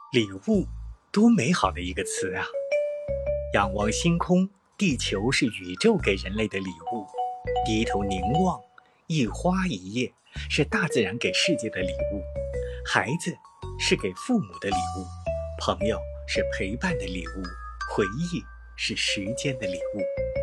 礼物，多美好的一个词啊！仰望星空，地球是宇宙给人类的礼物；低头凝望，一花一叶是大自然给世界的礼物；孩子是给父母的礼物，朋友是陪伴的礼物，回忆是时间的礼物。